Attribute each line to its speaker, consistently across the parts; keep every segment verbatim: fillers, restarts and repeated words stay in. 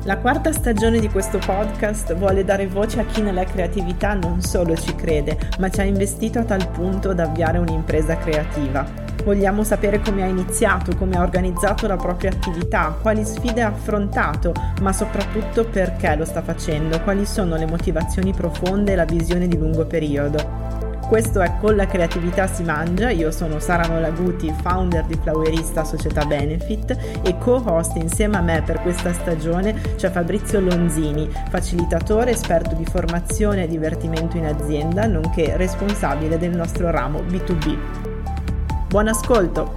Speaker 1: La quarta stagione di questo podcast vuole dare voce a chi nella creatività non solo ci crede, ma ci ha investito a tal punto da avviare un'impresa creativa. Vogliamo sapere come ha iniziato, come ha organizzato la propria attività, quali sfide ha affrontato, ma soprattutto perché lo sta facendo, quali sono le motivazioni profonde e la visione di lungo periodo. Questo è Con la creatività si mangia, io sono Sara Nolaguti, founder di Flowerista Società Benefit e co-host insieme a me per questa stagione c'è Fabrizio Lonzini, facilitatore, esperto di formazione e divertimento in azienda, nonché responsabile del nostro ramo B due B. Buon ascolto!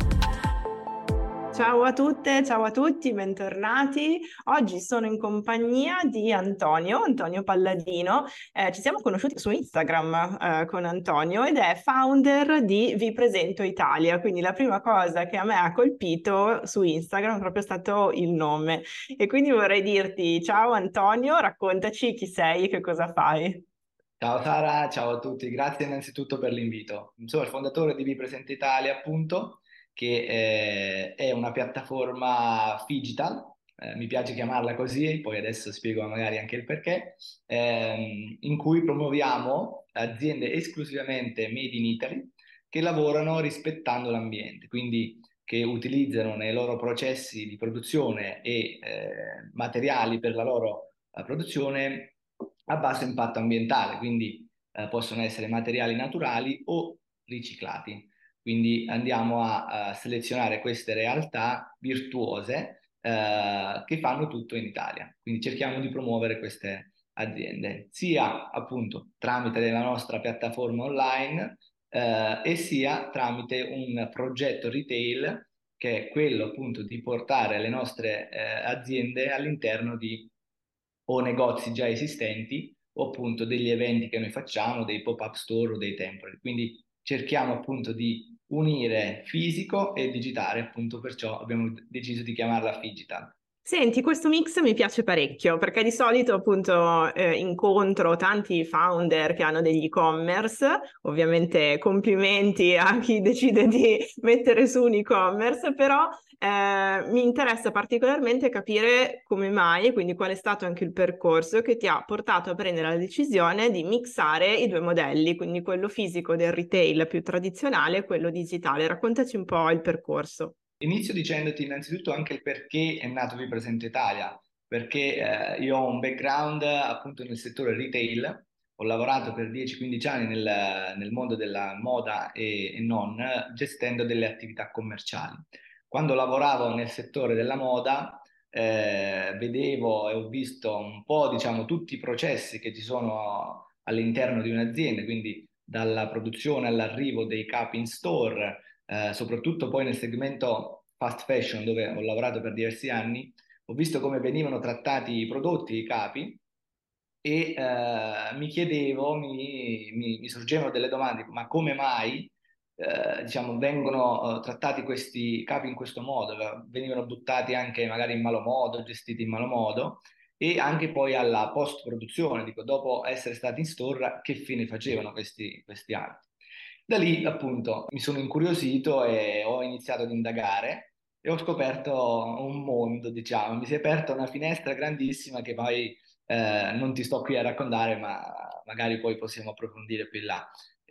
Speaker 1: Ciao a tutte, ciao a tutti, bentornati. Oggi sono in compagnia di Antonio, Antonio Palladino. Eh, ci siamo conosciuti su Instagram eh, con Antonio ed è founder di Vi Presento Italia. Quindi la prima cosa che a me ha colpito su Instagram è proprio stato il nome. E quindi vorrei dirti ciao Antonio, raccontaci chi sei e che cosa fai.
Speaker 2: Ciao Sara, ciao a tutti, grazie innanzitutto per l'invito. Sono il fondatore di Vi Presenta Italia, appunto, che eh, è una piattaforma digital, eh, mi piace chiamarla così, poi adesso spiego magari anche il perché, ehm, in cui promuoviamo aziende esclusivamente made in Italy che lavorano rispettando l'ambiente, quindi che utilizzano nei loro processi di produzione e eh, materiali per la loro eh, produzione a basso impatto ambientale, quindi eh, possono essere materiali naturali o riciclati. Quindi andiamo a, a selezionare queste realtà virtuose eh, che fanno tutto in Italia. Quindi cerchiamo di promuovere queste aziende, sia appunto tramite la nostra piattaforma online eh, e sia tramite un progetto retail che è quello appunto di portare le nostre eh, aziende all'interno di o negozi già esistenti o appunto degli eventi che noi facciamo, dei pop-up store o dei temporary. Quindi cerchiamo appunto di unire fisico e digitale, appunto perciò abbiamo deciso di chiamarla Figital.
Speaker 1: Senti, questo mix mi piace parecchio perché di solito appunto eh, incontro tanti founder che hanno degli e-commerce, ovviamente complimenti a chi decide di mettere su un e-commerce, però eh, mi interessa particolarmente capire come mai, quindi qual è stato anche il percorso che ti ha portato a prendere la decisione di mixare i due modelli, quindi quello fisico del retail più tradizionale e quello digitale. Raccontaci un po' il percorso.
Speaker 2: Inizio dicendoti innanzitutto anche il perché è nato Vi Presento Italia, perché eh, io ho un background appunto nel settore retail, ho lavorato per dieci quindici anni nel, nel mondo della moda e, e non, gestendo delle attività commerciali. Quando lavoravo nel settore della moda, eh, vedevo e ho visto un po', diciamo, tutti i processi che ci sono all'interno di un'azienda, quindi dalla produzione all'arrivo dei capi in store, eh, soprattutto poi nel segmento fast fashion dove ho lavorato per diversi anni, ho visto come venivano trattati i prodotti, i capi e eh, mi chiedevo, mi, mi, mi sorgevano delle domande, ma come mai eh, diciamo, vengono eh, trattati questi capi in questo modo? Venivano buttati anche magari in malo modo, gestiti in malo modo e anche poi alla post-produzione, dico, dopo essere stati in store, che fine facevano questi, questi abiti? Da lì appunto mi sono incuriosito e ho iniziato ad indagare e ho scoperto un mondo, diciamo, mi si è aperta una finestra grandissima che poi eh, non ti sto qui a raccontare, ma magari poi possiamo approfondire più in là.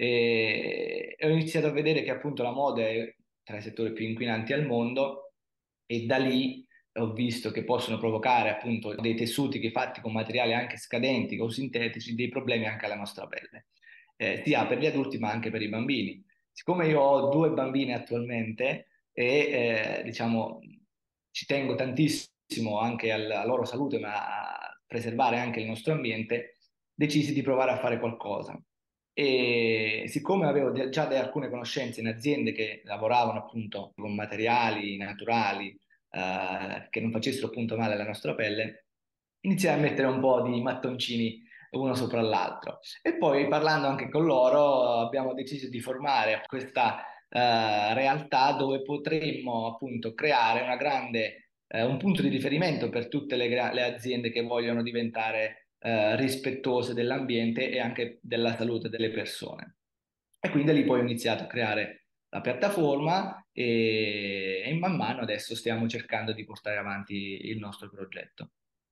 Speaker 2: E, e ho iniziato a vedere che appunto la moda è tra i settori più inquinanti al mondo e da lì ho visto che possono provocare appunto dei tessuti che fatti con materiali anche scadenti o sintetici dei problemi anche alla nostra pelle, eh, sia per gli adulti ma anche per i bambini. Siccome io ho due bambine attualmente e eh, diciamo ci tengo tantissimo anche alla loro salute, ma a preservare anche il nostro ambiente, decisi di provare a fare qualcosa. E siccome avevo de- già de- alcune conoscenze in aziende che lavoravano appunto con materiali naturali, eh, che non facessero appunto male alla nostra pelle, iniziai a mettere un po' di mattoncini uno sopra l'altro. E poi parlando anche con loro abbiamo deciso di formare questa eh, realtà dove potremmo appunto creare una grande, eh, un punto di riferimento per tutte le, gra- le aziende che vogliono diventare eh, rispettose dell'ambiente e anche della salute delle persone. E quindi da lì poi ho iniziato a creare la piattaforma e, e man mano adesso stiamo cercando di portare avanti il nostro progetto.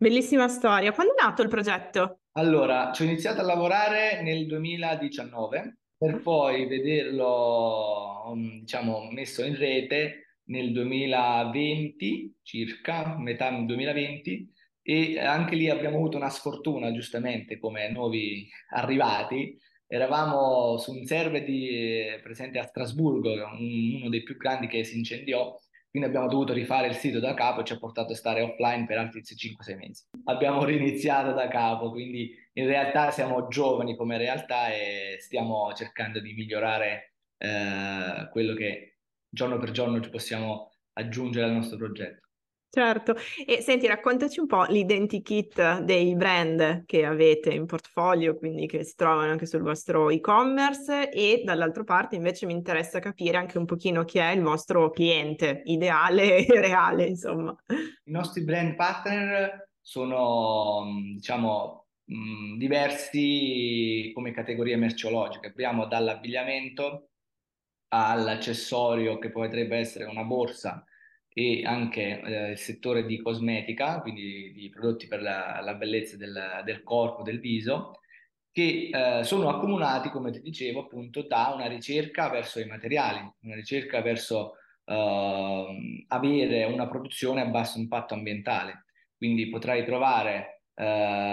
Speaker 1: Bellissima storia. Quando è nato il progetto?
Speaker 2: Allora, ci ho iniziato a lavorare nel duemiladiciannove per poi vederlo, um, diciamo, messo in rete nel duemilaventi, circa, metà del duemilaventi, e anche lì abbiamo avuto una sfortuna, giustamente, come nuovi arrivati. Eravamo su un server di- eh, presente a Strasburgo, un- uno dei più grandi che si incendiò, quindi abbiamo dovuto rifare il sito da capo e ci ha portato a stare offline per altri cinque sei mesi. Abbiamo riniziato da capo, quindi in realtà siamo giovani come realtà e stiamo cercando di migliorare eh, quello che giorno per giorno ci possiamo aggiungere al nostro progetto.
Speaker 1: Certo. E senti, raccontaci un po' l'identikit dei brand che avete in portfolio, quindi che si trovano anche sul vostro e-commerce e dall'altra parte invece mi interessa capire anche un pochino chi è il vostro cliente ideale e reale, insomma.
Speaker 2: I nostri brand partner sono, mh, diciamo, mh, diversi come categorie merceologiche. Abbiamo dall'abbigliamento all'accessorio che potrebbe essere una borsa e anche eh, il settore di cosmetica, quindi di prodotti per la, la bellezza del, del corpo, del viso, che eh, sono accomunati, come ti dicevo, appunto da una ricerca verso i materiali, una ricerca verso ehm, avere una produzione a basso impatto ambientale. Quindi potrai trovare eh,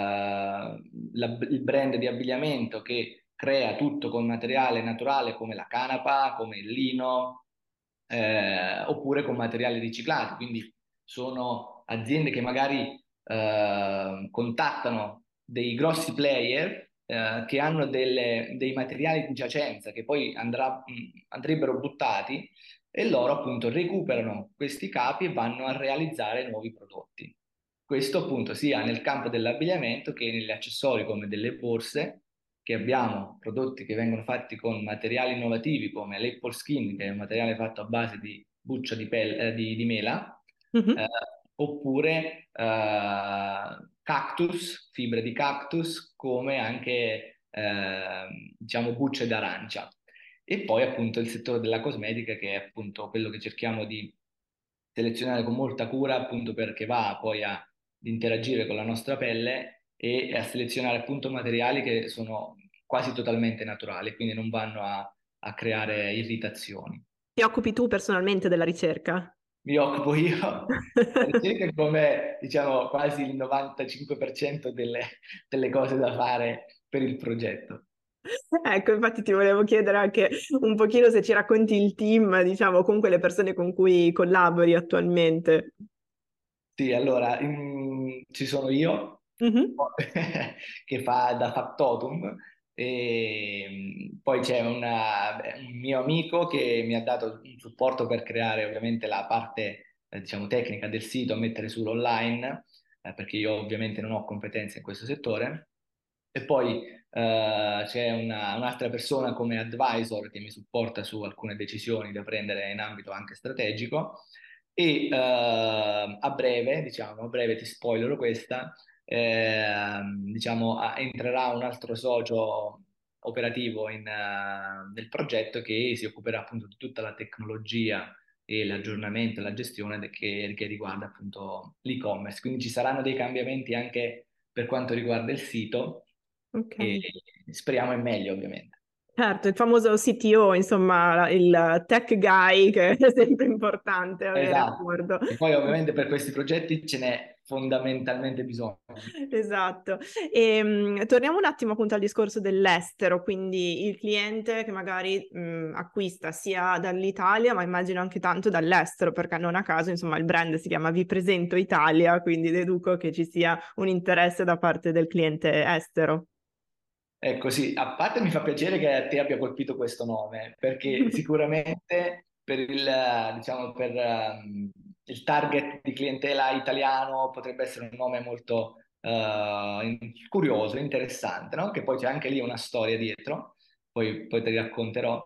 Speaker 2: la- il brand di abbigliamento che crea tutto con materiale naturale come la canapa, come il lino, eh, oppure con materiali riciclati. Quindi sono aziende che magari eh, contattano dei grossi player eh, che hanno delle- dei materiali di giacenza che poi andrà- mh, andrebbero buttati e loro appunto recuperano questi capi e vanno a realizzare nuovi prodotti. Questo appunto sia nel campo dell'abbigliamento che negli accessori come delle borse, che abbiamo prodotti che vengono fatti con materiali innovativi come l'Apple Skin, che è un materiale fatto a base di buccia di, pel- eh, di- di mela, eh,
Speaker 1: Mhm.
Speaker 2: oppure eh, cactus, fibre di cactus, come anche eh, diciamo bucce d'arancia. E poi appunto il settore della cosmetica, che è appunto quello che cerchiamo di selezionare con molta cura, appunto perché va poi a ad interagire con la nostra pelle e a selezionare appunto materiali che sono quasi totalmente naturali, quindi non vanno a, a creare irritazioni.
Speaker 1: Ti occupi tu personalmente della ricerca?
Speaker 2: Mi occupo io della ricerca come, diciamo, quasi il novantacinque per cento delle, delle cose da fare per il progetto.
Speaker 1: Ecco, infatti ti volevo chiedere anche un pochino se ci racconti il team, diciamo, con quelle persone con cui collabori attualmente.
Speaker 2: Sì, allora, in- ci sono io
Speaker 1: Mhm.
Speaker 2: che fa da factotum e mm, poi c'è una- un mio amico che mi ha dato un supporto per creare ovviamente la parte, eh, diciamo, tecnica del sito, a mettere sull'online, eh, perché io ovviamente non ho competenze in questo settore. E poi eh, c'è una- un'altra persona come advisor che mi supporta su alcune decisioni da prendere in ambito anche strategico. E eh, a breve, diciamo, a breve ti spoilerò questa, ehm, diciamo, a- entrerà un altro socio operativo in, eh, nel progetto che si occuperà appunto di tutta la tecnologia e l'aggiornamento e la gestione de- che, che riguarda appunto l'e-commerce. Quindi ci saranno dei cambiamenti anche per quanto riguarda il sito
Speaker 1: Ok.
Speaker 2: e speriamo in meglio, ovviamente.
Speaker 1: Certo, il famoso C T O, insomma, il tech guy che è sempre importante avere a
Speaker 2: Esatto.
Speaker 1: bordo.
Speaker 2: E poi ovviamente per questi progetti ce n'è fondamentalmente bisogno.
Speaker 1: Esatto. E, mh, torniamo un attimo appunto al discorso dell'estero, quindi il cliente che magari mh, acquista sia dall'Italia, ma immagino anche tanto dall'estero, perché non a caso, insomma, il brand si chiama Vi Presento Italia, quindi deduco che ci sia un interesse da parte del cliente estero.
Speaker 2: Ecco, sì, a parte mi fa piacere che a te abbia colpito questo nome, perché sicuramente per il, eh, diciamo, per, ehm, il target di clientela italiano potrebbe essere un nome molto eh, in- curioso, interessante, no? Che poi c'è anche lì una storia dietro, poi, poi te li racconterò.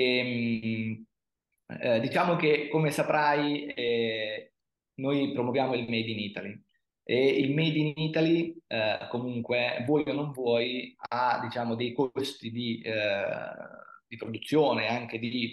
Speaker 2: E, mh, eh, diciamo che, come saprai, eh, noi promuoviamo il Made in Italy. E il Made in Italy, eh, comunque, vuoi o non vuoi, ha, diciamo, dei costi di, eh, di produzione, anche di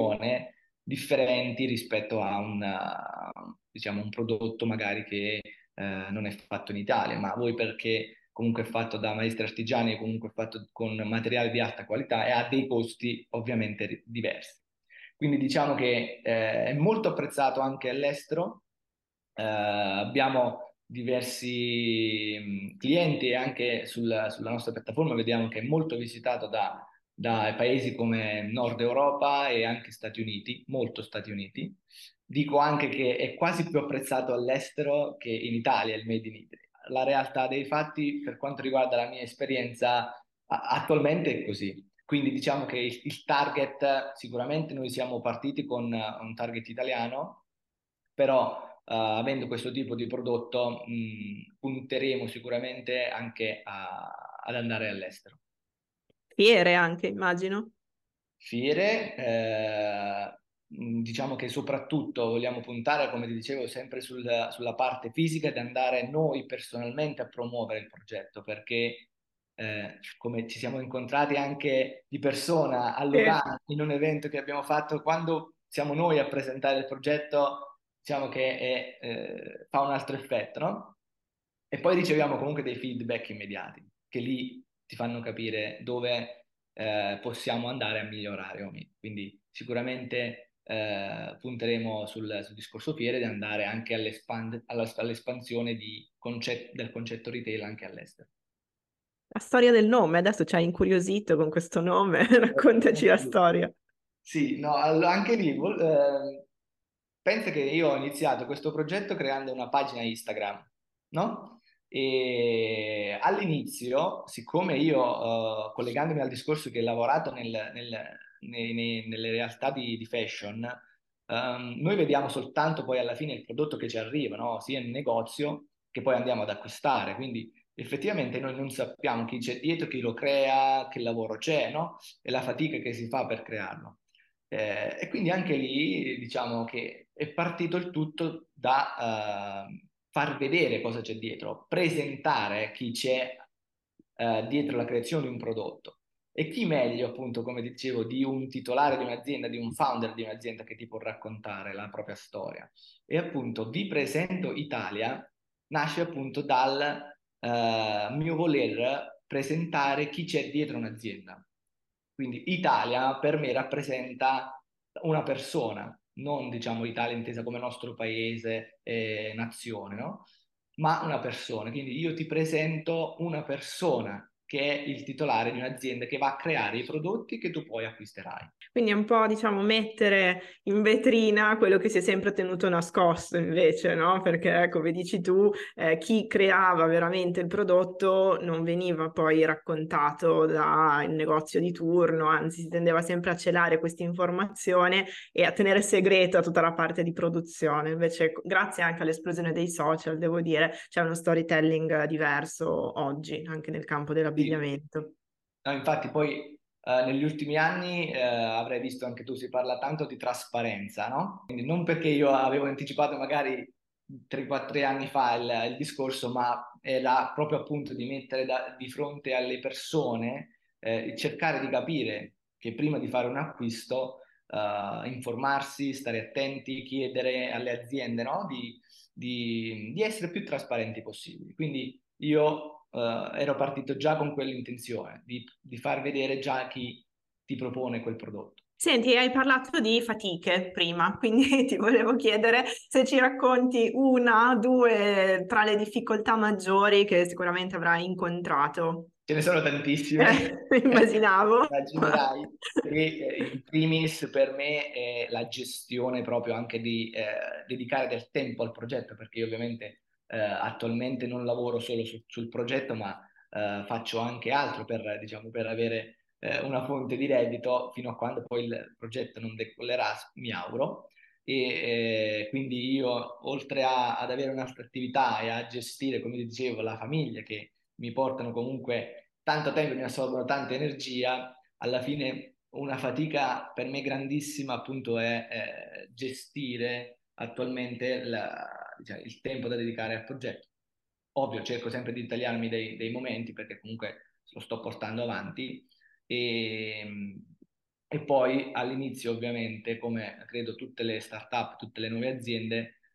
Speaker 2: promozione differenti rispetto a un, eh, diciamo, un prodotto magari che eh, non è fatto in Italia, ma vuoi perché comunque è fatto da maestri artigiani, comunque è fatto con materiale di alta qualità e ha dei costi ovviamente ri- diversi. Quindi diciamo che eh, è molto apprezzato anche all'estero. Eh, abbiamo diversi mh, clienti e anche sul- sulla nostra piattaforma vediamo che è molto visitato da, da paesi come Nord Europa e anche Stati Uniti, molto Stati Uniti. Dico anche che è quasi più apprezzato all'estero che in Italia il Made in Italy. La realtà dei fatti, per quanto riguarda la mia esperienza, a- attualmente è così. Quindi diciamo che il, il target, sicuramente noi siamo partiti con eh, un target italiano, però eh, avendo questo tipo di prodotto mh, punteremo sicuramente anche a- ad andare all'estero.
Speaker 1: Fiere anche, immagino.
Speaker 2: Fiere, eh, mh, diciamo che soprattutto vogliamo puntare, come ti dicevo, sempre sul- sulla parte fisica ed andare noi personalmente a promuovere il progetto, perché eh, come ci siamo incontrati anche di persona a
Speaker 1: Sì.
Speaker 2: Lugano in un evento che abbiamo fatto, quando siamo noi a presentare il progetto, diciamo che è, eh, fa un altro effetto, no? E poi riceviamo comunque dei feedback immediati, che lì ti fanno capire dove eh, possiamo andare a migliorare. o meno. Quindi sicuramente eh, punteremo sul, sul discorso fiere di andare anche all'espand- alla- all'espansione di concet- del concetto retail anche all'estero.
Speaker 1: La storia del nome, adesso ci hai incuriosito con questo nome, raccontaci la storia.
Speaker 2: Sì, no, allo- anche lì, vol- eh, pensa che io ho iniziato questo progetto creando una pagina Instagram, no? E all'inizio, siccome io, eh, collegandomi al discorso che ho lavorato nel- nel- nei- nei- nelle realtà di, di fashion, ehm, noi vediamo soltanto poi alla fine il prodotto che ci arriva, no? Sia in negozio che poi andiamo ad acquistare. Quindi effettivamente noi non sappiamo chi c'è dietro, chi lo crea, che lavoro c'è, no? E la fatica che si fa per crearlo. Eh, e quindi anche lì diciamo che è partito il tutto da eh, far vedere cosa c'è dietro, presentare chi c'è eh, dietro la creazione di un prodotto. E chi meglio, appunto, come dicevo, di un titolare di un'azienda, di un founder di un'azienda che ti può raccontare la propria storia. E appunto, Vi presento Italia nasce appunto dal eh, mio voler presentare chi c'è dietro un'azienda. Quindi Italia per me rappresenta una persona, non diciamo Italia intesa come nostro paese e nazione, no? Ma una persona. Quindi io ti presento una persona che è il titolare di un'azienda che va a creare i prodotti che tu poi acquisterai.
Speaker 1: Quindi è un po', diciamo, mettere in vetrina quello che si è sempre tenuto nascosto invece, no? Perché, come dici tu, eh, chi creava veramente il prodotto non veniva poi raccontato dal negozio di turno, anzi si tendeva sempre a celare questa informazione e a tenere segreta tutta la parte di produzione. Invece, grazie anche all'esplosione dei social, devo dire, c'è uno storytelling diverso oggi, anche nel campo
Speaker 2: Sì.
Speaker 1: dell'abbigliamento.
Speaker 2: No, infatti poi eh, negli ultimi anni eh, avrai visto anche tu, si parla tanto di trasparenza, no? Quindi non perché io avevo anticipato magari tre quattro anni fa il, il discorso, ma era proprio appunto di mettere da- di fronte alle persone, eh, cercare di capire che prima di fare un acquisto, eh, informarsi, stare attenti, chiedere alle aziende, no? Di, di di essere più trasparenti possibili. Quindi io eh, ero partito già con quell'intenzione di, di far vedere già chi ti propone quel prodotto.
Speaker 1: Senti, hai parlato di fatiche prima, quindi ti volevo chiedere se ci racconti una, due tra le difficoltà maggiori che sicuramente avrai incontrato.
Speaker 2: Ce ne sono tantissime,
Speaker 1: Eh, immaginavo.
Speaker 2: immaginerai. E eh, in primis per me è la gestione proprio anche di eh, dedicare del tempo al progetto, perché io ovviamente eh, attualmente non lavoro solo su- sul progetto, ma eh, faccio anche altro per, diciamo, per avere eh, una fonte di reddito fino a quando poi il progetto non decollerà, mi auguro. E eh, quindi io, oltre a- ad avere un'altra attività e a gestire, come ti dicevo, la famiglia che mi portano comunque tanto tempo e mi assorbono tanta energia, alla fine una fatica per me grandissima appunto è eh, gestire attualmente la- diciamo, il tempo da dedicare al progetto. Ovvio, cerco sempre di tagliarmi dei, dei momenti perché comunque lo sto portando avanti e, e poi all'inizio ovviamente, come credo tutte le start-up, tutte le nuove aziende,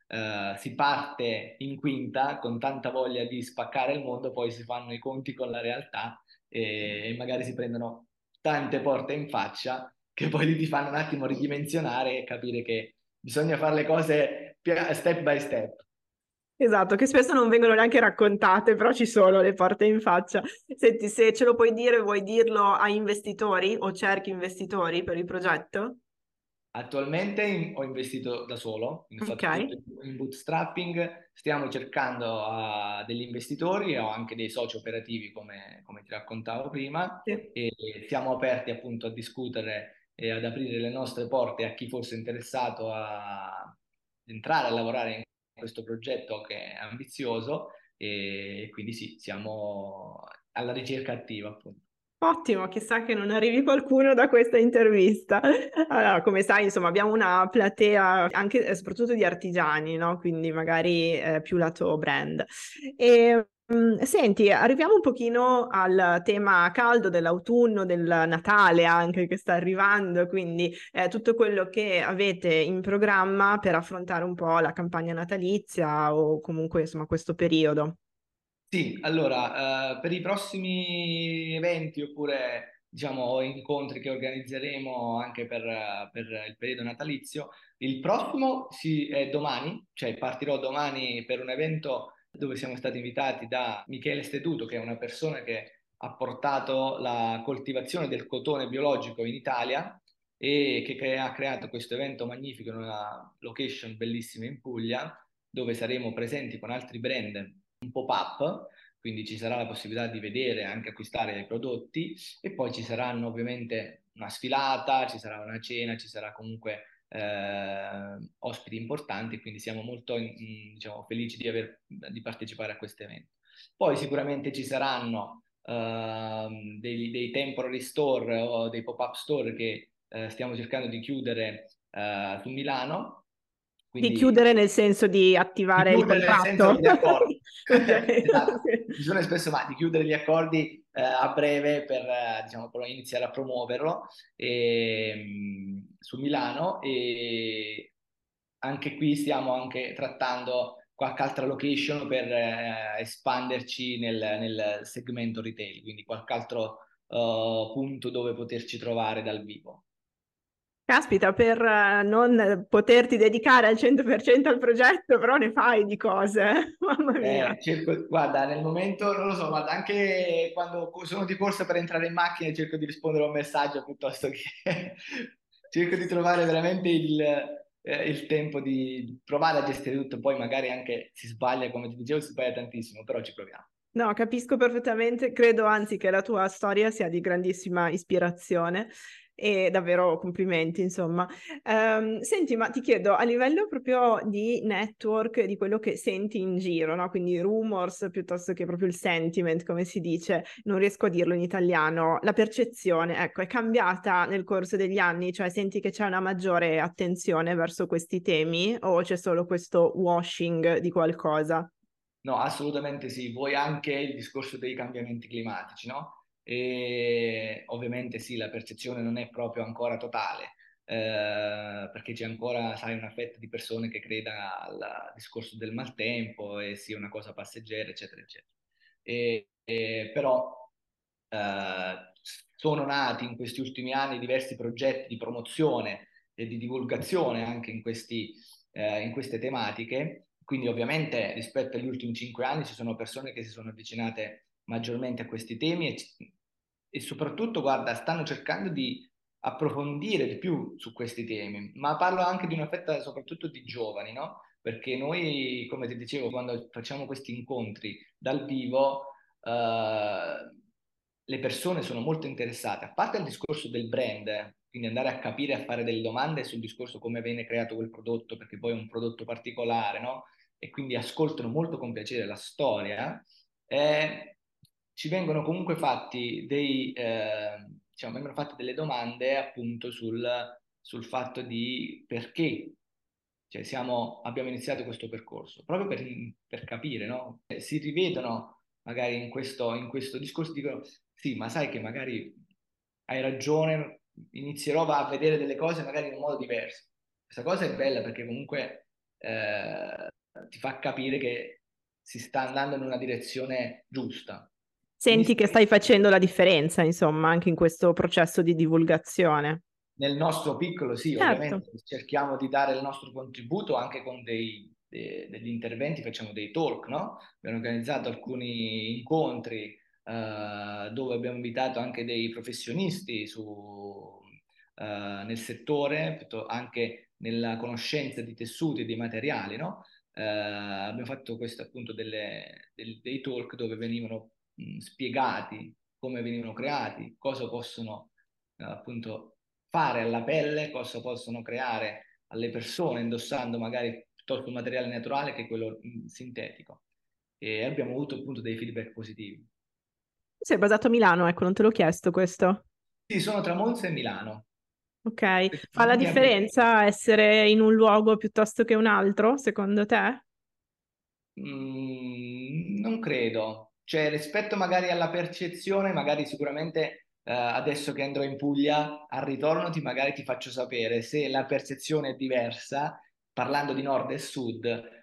Speaker 2: eh, si parte in quinta con tanta voglia di spaccare il mondo, poi si fanno i conti con la realtà e, e magari si prendono tante porte in faccia che poi ti fanno un attimo ridimensionare e capire che bisogna fare le cose pia- step by step.
Speaker 1: Esatto, che spesso non vengono neanche raccontate, però ci sono le porte in faccia. Senti, se ce lo puoi dire, vuoi dirlo a investitori o cerchi investitori per il progetto?
Speaker 2: Attualmente in- ho investito da solo, quindi ho
Speaker 1: Ok,
Speaker 2: fatto tutto in bootstrapping, stiamo cercando ah, degli investitori, ho anche dei soci operativi come, come ti raccontavo prima
Speaker 1: sì.
Speaker 2: e siamo aperti appunto a discutere e ad aprire le nostre porte a chi fosse interessato a entrare a lavorare in questo progetto che è ambizioso e quindi sì, siamo alla ricerca attiva appunto.
Speaker 1: Ottimo, chissà che non arrivi qualcuno da questa intervista. Allora, come sai, insomma, abbiamo una platea anche e soprattutto di artigiani, no? Quindi magari eh, più lato brand. E, mm, senti, arriviamo un pochino al tema caldo dell'autunno, del Natale anche che sta arrivando, quindi eh, tutto quello che avete in programma per affrontare un po' la campagna natalizia o comunque, insomma, questo periodo.
Speaker 2: Sì, allora, eh, per i prossimi eventi oppure diciamo incontri che organizzeremo anche per, eh, per il periodo natalizio, il prossimo sì, è domani, cioè partirò domani per un evento dove siamo stati invitati da Michele Steduto, che è una persona che ha portato la coltivazione del cotone biologico in Italia e che crea- ha creato questo evento magnifico in una location bellissima in Puglia, dove saremo presenti con altri brand un pop-up, quindi ci sarà la possibilità di vedere e anche acquistare i prodotti e poi ci saranno ovviamente una sfilata, ci sarà una cena, ci sarà comunque eh, ospiti importanti, quindi siamo molto in- diciamo, felici di, aver, di partecipare a questo evento. Poi sicuramente ci saranno ehm, dei, dei temporary store o dei pop-up store che eh, stiamo cercando di chiudere eh, su Milano,
Speaker 1: Di
Speaker 2: quindi
Speaker 1: chiudere nel senso di
Speaker 2: di
Speaker 1: attivare il
Speaker 2: chiudere nel senso
Speaker 1: contratto.
Speaker 2: di accordi.
Speaker 1: Ok.
Speaker 2: Esatto,
Speaker 1: Sì.
Speaker 2: bisogna spesso ma di chiudere gli accordi eh, a breve per eh, diciamo, poi iniziare a promuoverlo e, mh, su Milano e anche qui stiamo anche trattando qualche altra location per eh, espanderci nel, nel segmento retail, quindi qualche altro eh, punto dove poterci trovare dal vivo.
Speaker 1: Caspita, per eh, non poterti dedicare al cento per cento al progetto, però ne fai di cose, mamma mia.
Speaker 2: Eh, cerco, guarda, nel momento non lo so, guarda, anche quando sono di corsa per entrare in macchina cerco di rispondere a un messaggio piuttosto che cerco di trovare veramente il, eh, il tempo di provare a gestire tutto, poi magari anche si sbaglia, come ti dicevo, si sbaglia tantissimo, però ci proviamo.
Speaker 1: No, capisco perfettamente, credo anzi che la tua storia sia di grandissima ispirazione e davvero complimenti, insomma. Ehm, senti, ma ti chiedo, a livello proprio di network, di quello che senti in giro, no? Quindi rumors piuttosto che proprio il sentiment, come si dice, non riesco a dirlo in italiano, la percezione, ecco, è cambiata nel corso degli anni, cioè senti che c'è una maggiore attenzione verso questi temi o c'è solo questo washing di qualcosa?
Speaker 2: No, assolutamente sì, vuoi anche il discorso dei cambiamenti climatici, no? E ovviamente sì, la percezione non è proprio ancora totale, eh, perché c'è ancora, sai, una fetta di persone che creda al discorso del maltempo e sia una cosa passeggera, eccetera, eccetera. E, e però eh, sono nati in questi ultimi anni diversi progetti di promozione e di divulgazione anche in questi, eh, in queste tematiche. Quindi ovviamente rispetto agli ultimi cinque anni ci sono persone che si sono avvicinate maggiormente a questi temi e, e soprattutto, guarda, stanno cercando di approfondire di più su questi temi, ma parlo anche di una fetta soprattutto di giovani, no? Perché noi, come ti dicevo, quando facciamo questi incontri dal vivo, eh, le persone sono molto interessate, a parte il discorso del brand, eh, quindi andare a capire, a fare delle domande sul discorso come viene creato quel prodotto, perché poi è un prodotto particolare, no? E quindi ascoltano molto con piacere la storia, eh, ci vengono comunque fatti dei, eh, diciamo, vengono fatte delle domande appunto sul, sul fatto di perché cioè siamo, abbiamo iniziato questo percorso, proprio per, per capire, no? Eh, Si rivedono magari in questo, in questo discorso, dicono sì, ma sai che magari hai ragione, inizierò a vedere delle cose magari in un modo diverso. Questa cosa è bella perché comunque eh, ti fa capire che si sta andando in una direzione giusta.
Speaker 1: Senti
Speaker 2: Quindi,
Speaker 1: che stai facendo la differenza, insomma, anche in questo processo di divulgazione.
Speaker 2: nel nostro piccolo, sì,
Speaker 1: Certo.
Speaker 2: ovviamente cerchiamo di dare il nostro contributo anche con dei, de- degli interventi, facciamo dei talk, no? Abbiamo organizzato alcuni incontri eh, dove abbiamo invitato anche dei professionisti su, eh, nel settore, piutto- anche nella conoscenza di tessuti e di materiali, no? Eh, abbiamo fatto questo appunto delle- del- dei talk dove venivano mh, spiegati come venivano creati, cosa possono eh, appunto fare alla pelle, cosa possono creare alle persone indossando magari piuttosto un materiale naturale che quello mh, sintetico. E abbiamo avuto appunto dei feedback positivi.
Speaker 1: Sei basato a Milano, ecco, non te l'ho chiesto questo.
Speaker 2: Sì, sono tra Monza e Milano.
Speaker 1: Ok, fa la
Speaker 2: Quindi abbiamo-
Speaker 1: differenza essere in un luogo piuttosto che un altro, secondo te?
Speaker 2: Mm, non credo, cioè rispetto magari alla percezione, magari sicuramente eh, adesso che andrò in Puglia al ritorno ti magari ti faccio sapere se la percezione è diversa, parlando di nord e sud,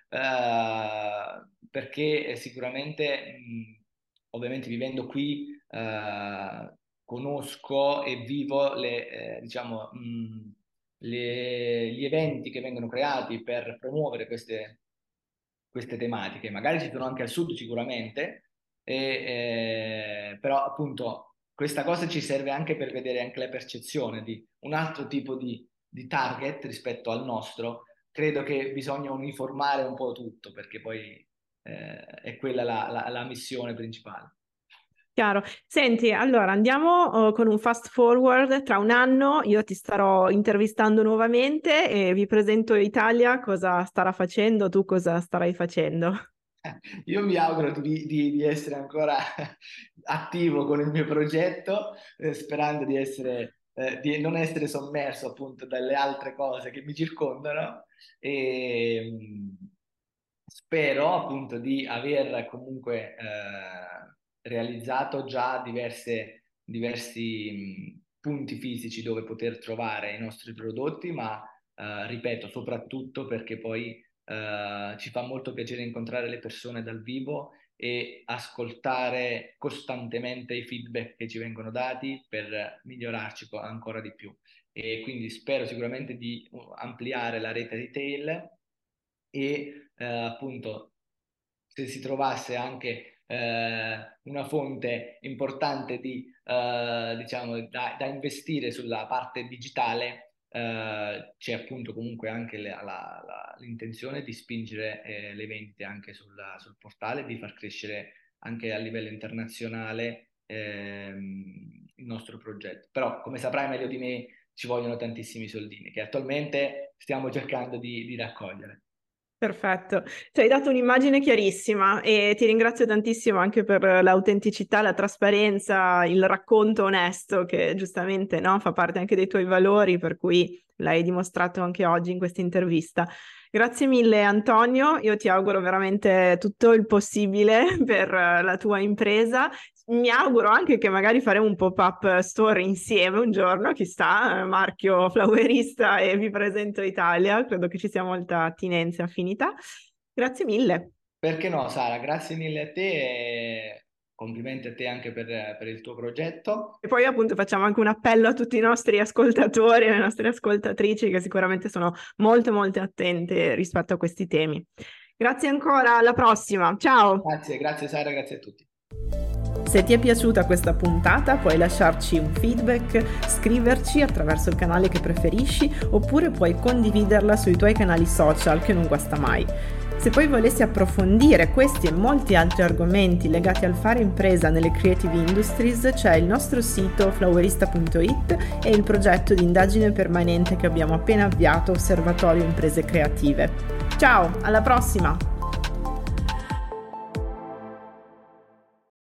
Speaker 2: eh, perché sicuramente, mh, ovviamente vivendo qui, eh, conosco e vivo le, eh, diciamo, mh, le- gli eventi che vengono creati per promuovere queste queste tematiche. Magari ci sono anche al sud sicuramente, e, eh, però appunto questa cosa ci serve anche per vedere anche la percezione di un altro tipo di, di target rispetto al nostro. Credo che bisogna uniformare un po' tutto perché poi eh, è quella la, la, la missione principale.
Speaker 1: Chiaro. Senti, allora andiamo eh, con un fast forward. Tra un anno io ti starò intervistando nuovamente e vi presento Italia, cosa starà facendo, tu cosa starai facendo.
Speaker 2: Io mi auguro di, di- di essere ancora attivo con il mio progetto, eh, sperando di essere, eh, di non essere sommerso appunto dalle altre cose che mi circondano e mh, spero appunto di aver comunque eh, realizzato già diverse, diversi mh, punti fisici dove poter trovare i nostri prodotti, ma eh, ripeto, soprattutto perché poi eh, ci fa molto piacere incontrare le persone dal vivo e ascoltare costantemente i feedback che ci vengono dati per migliorarci co- ancora di più. E quindi spero sicuramente di uh, ampliare la rete retail e eh, appunto se si trovasse anche eh, una fonte importante di, eh, diciamo, da, da investire sulla parte digitale, eh, c'è appunto comunque anche la- la- la- l'intenzione di spingere eh, le vendite anche sulla- sul portale, di far crescere anche a livello internazionale ehm, il nostro progetto. Però, come saprai meglio di me, ci vogliono tantissimi soldini che attualmente stiamo cercando di di raccogliere.
Speaker 1: Perfetto, ci hai dato un'immagine chiarissima e ti ringrazio tantissimo anche per l'autenticità, la trasparenza, il racconto onesto che giustamente, no, fa parte anche dei tuoi valori, per cui l'hai dimostrato anche oggi in questa intervista. Grazie mille Antonio, io ti auguro veramente tutto il possibile per eh, la tua impresa. Mi auguro anche che magari faremo un pop-up store insieme un giorno, chissà, eh, marchio flowerista e vi presento Italia, credo che ci sia molta attinenza e affinità. Grazie mille.
Speaker 2: Perché no, Sara? Grazie mille a te e complimenti a te anche per, per il tuo progetto.
Speaker 1: E poi appunto facciamo anche un appello a tutti i nostri ascoltatori e alle nostre ascoltatrici che sicuramente sono molto molto attente rispetto a questi temi. Grazie ancora, alla prossima, ciao!
Speaker 2: Grazie, grazie Sara, grazie a tutti.
Speaker 1: Se ti è piaciuta questa puntata puoi lasciarci un feedback, scriverci attraverso il canale che preferisci oppure puoi condividerla sui tuoi canali social che non guasta mai. Se poi volessi approfondire questi e molti altri argomenti legati al fare impresa nelle creative industries c'è il nostro sito flowerista punto it e il progetto di indagine permanente che abbiamo appena avviato, Osservatorio Imprese Creative. Ciao, alla prossima!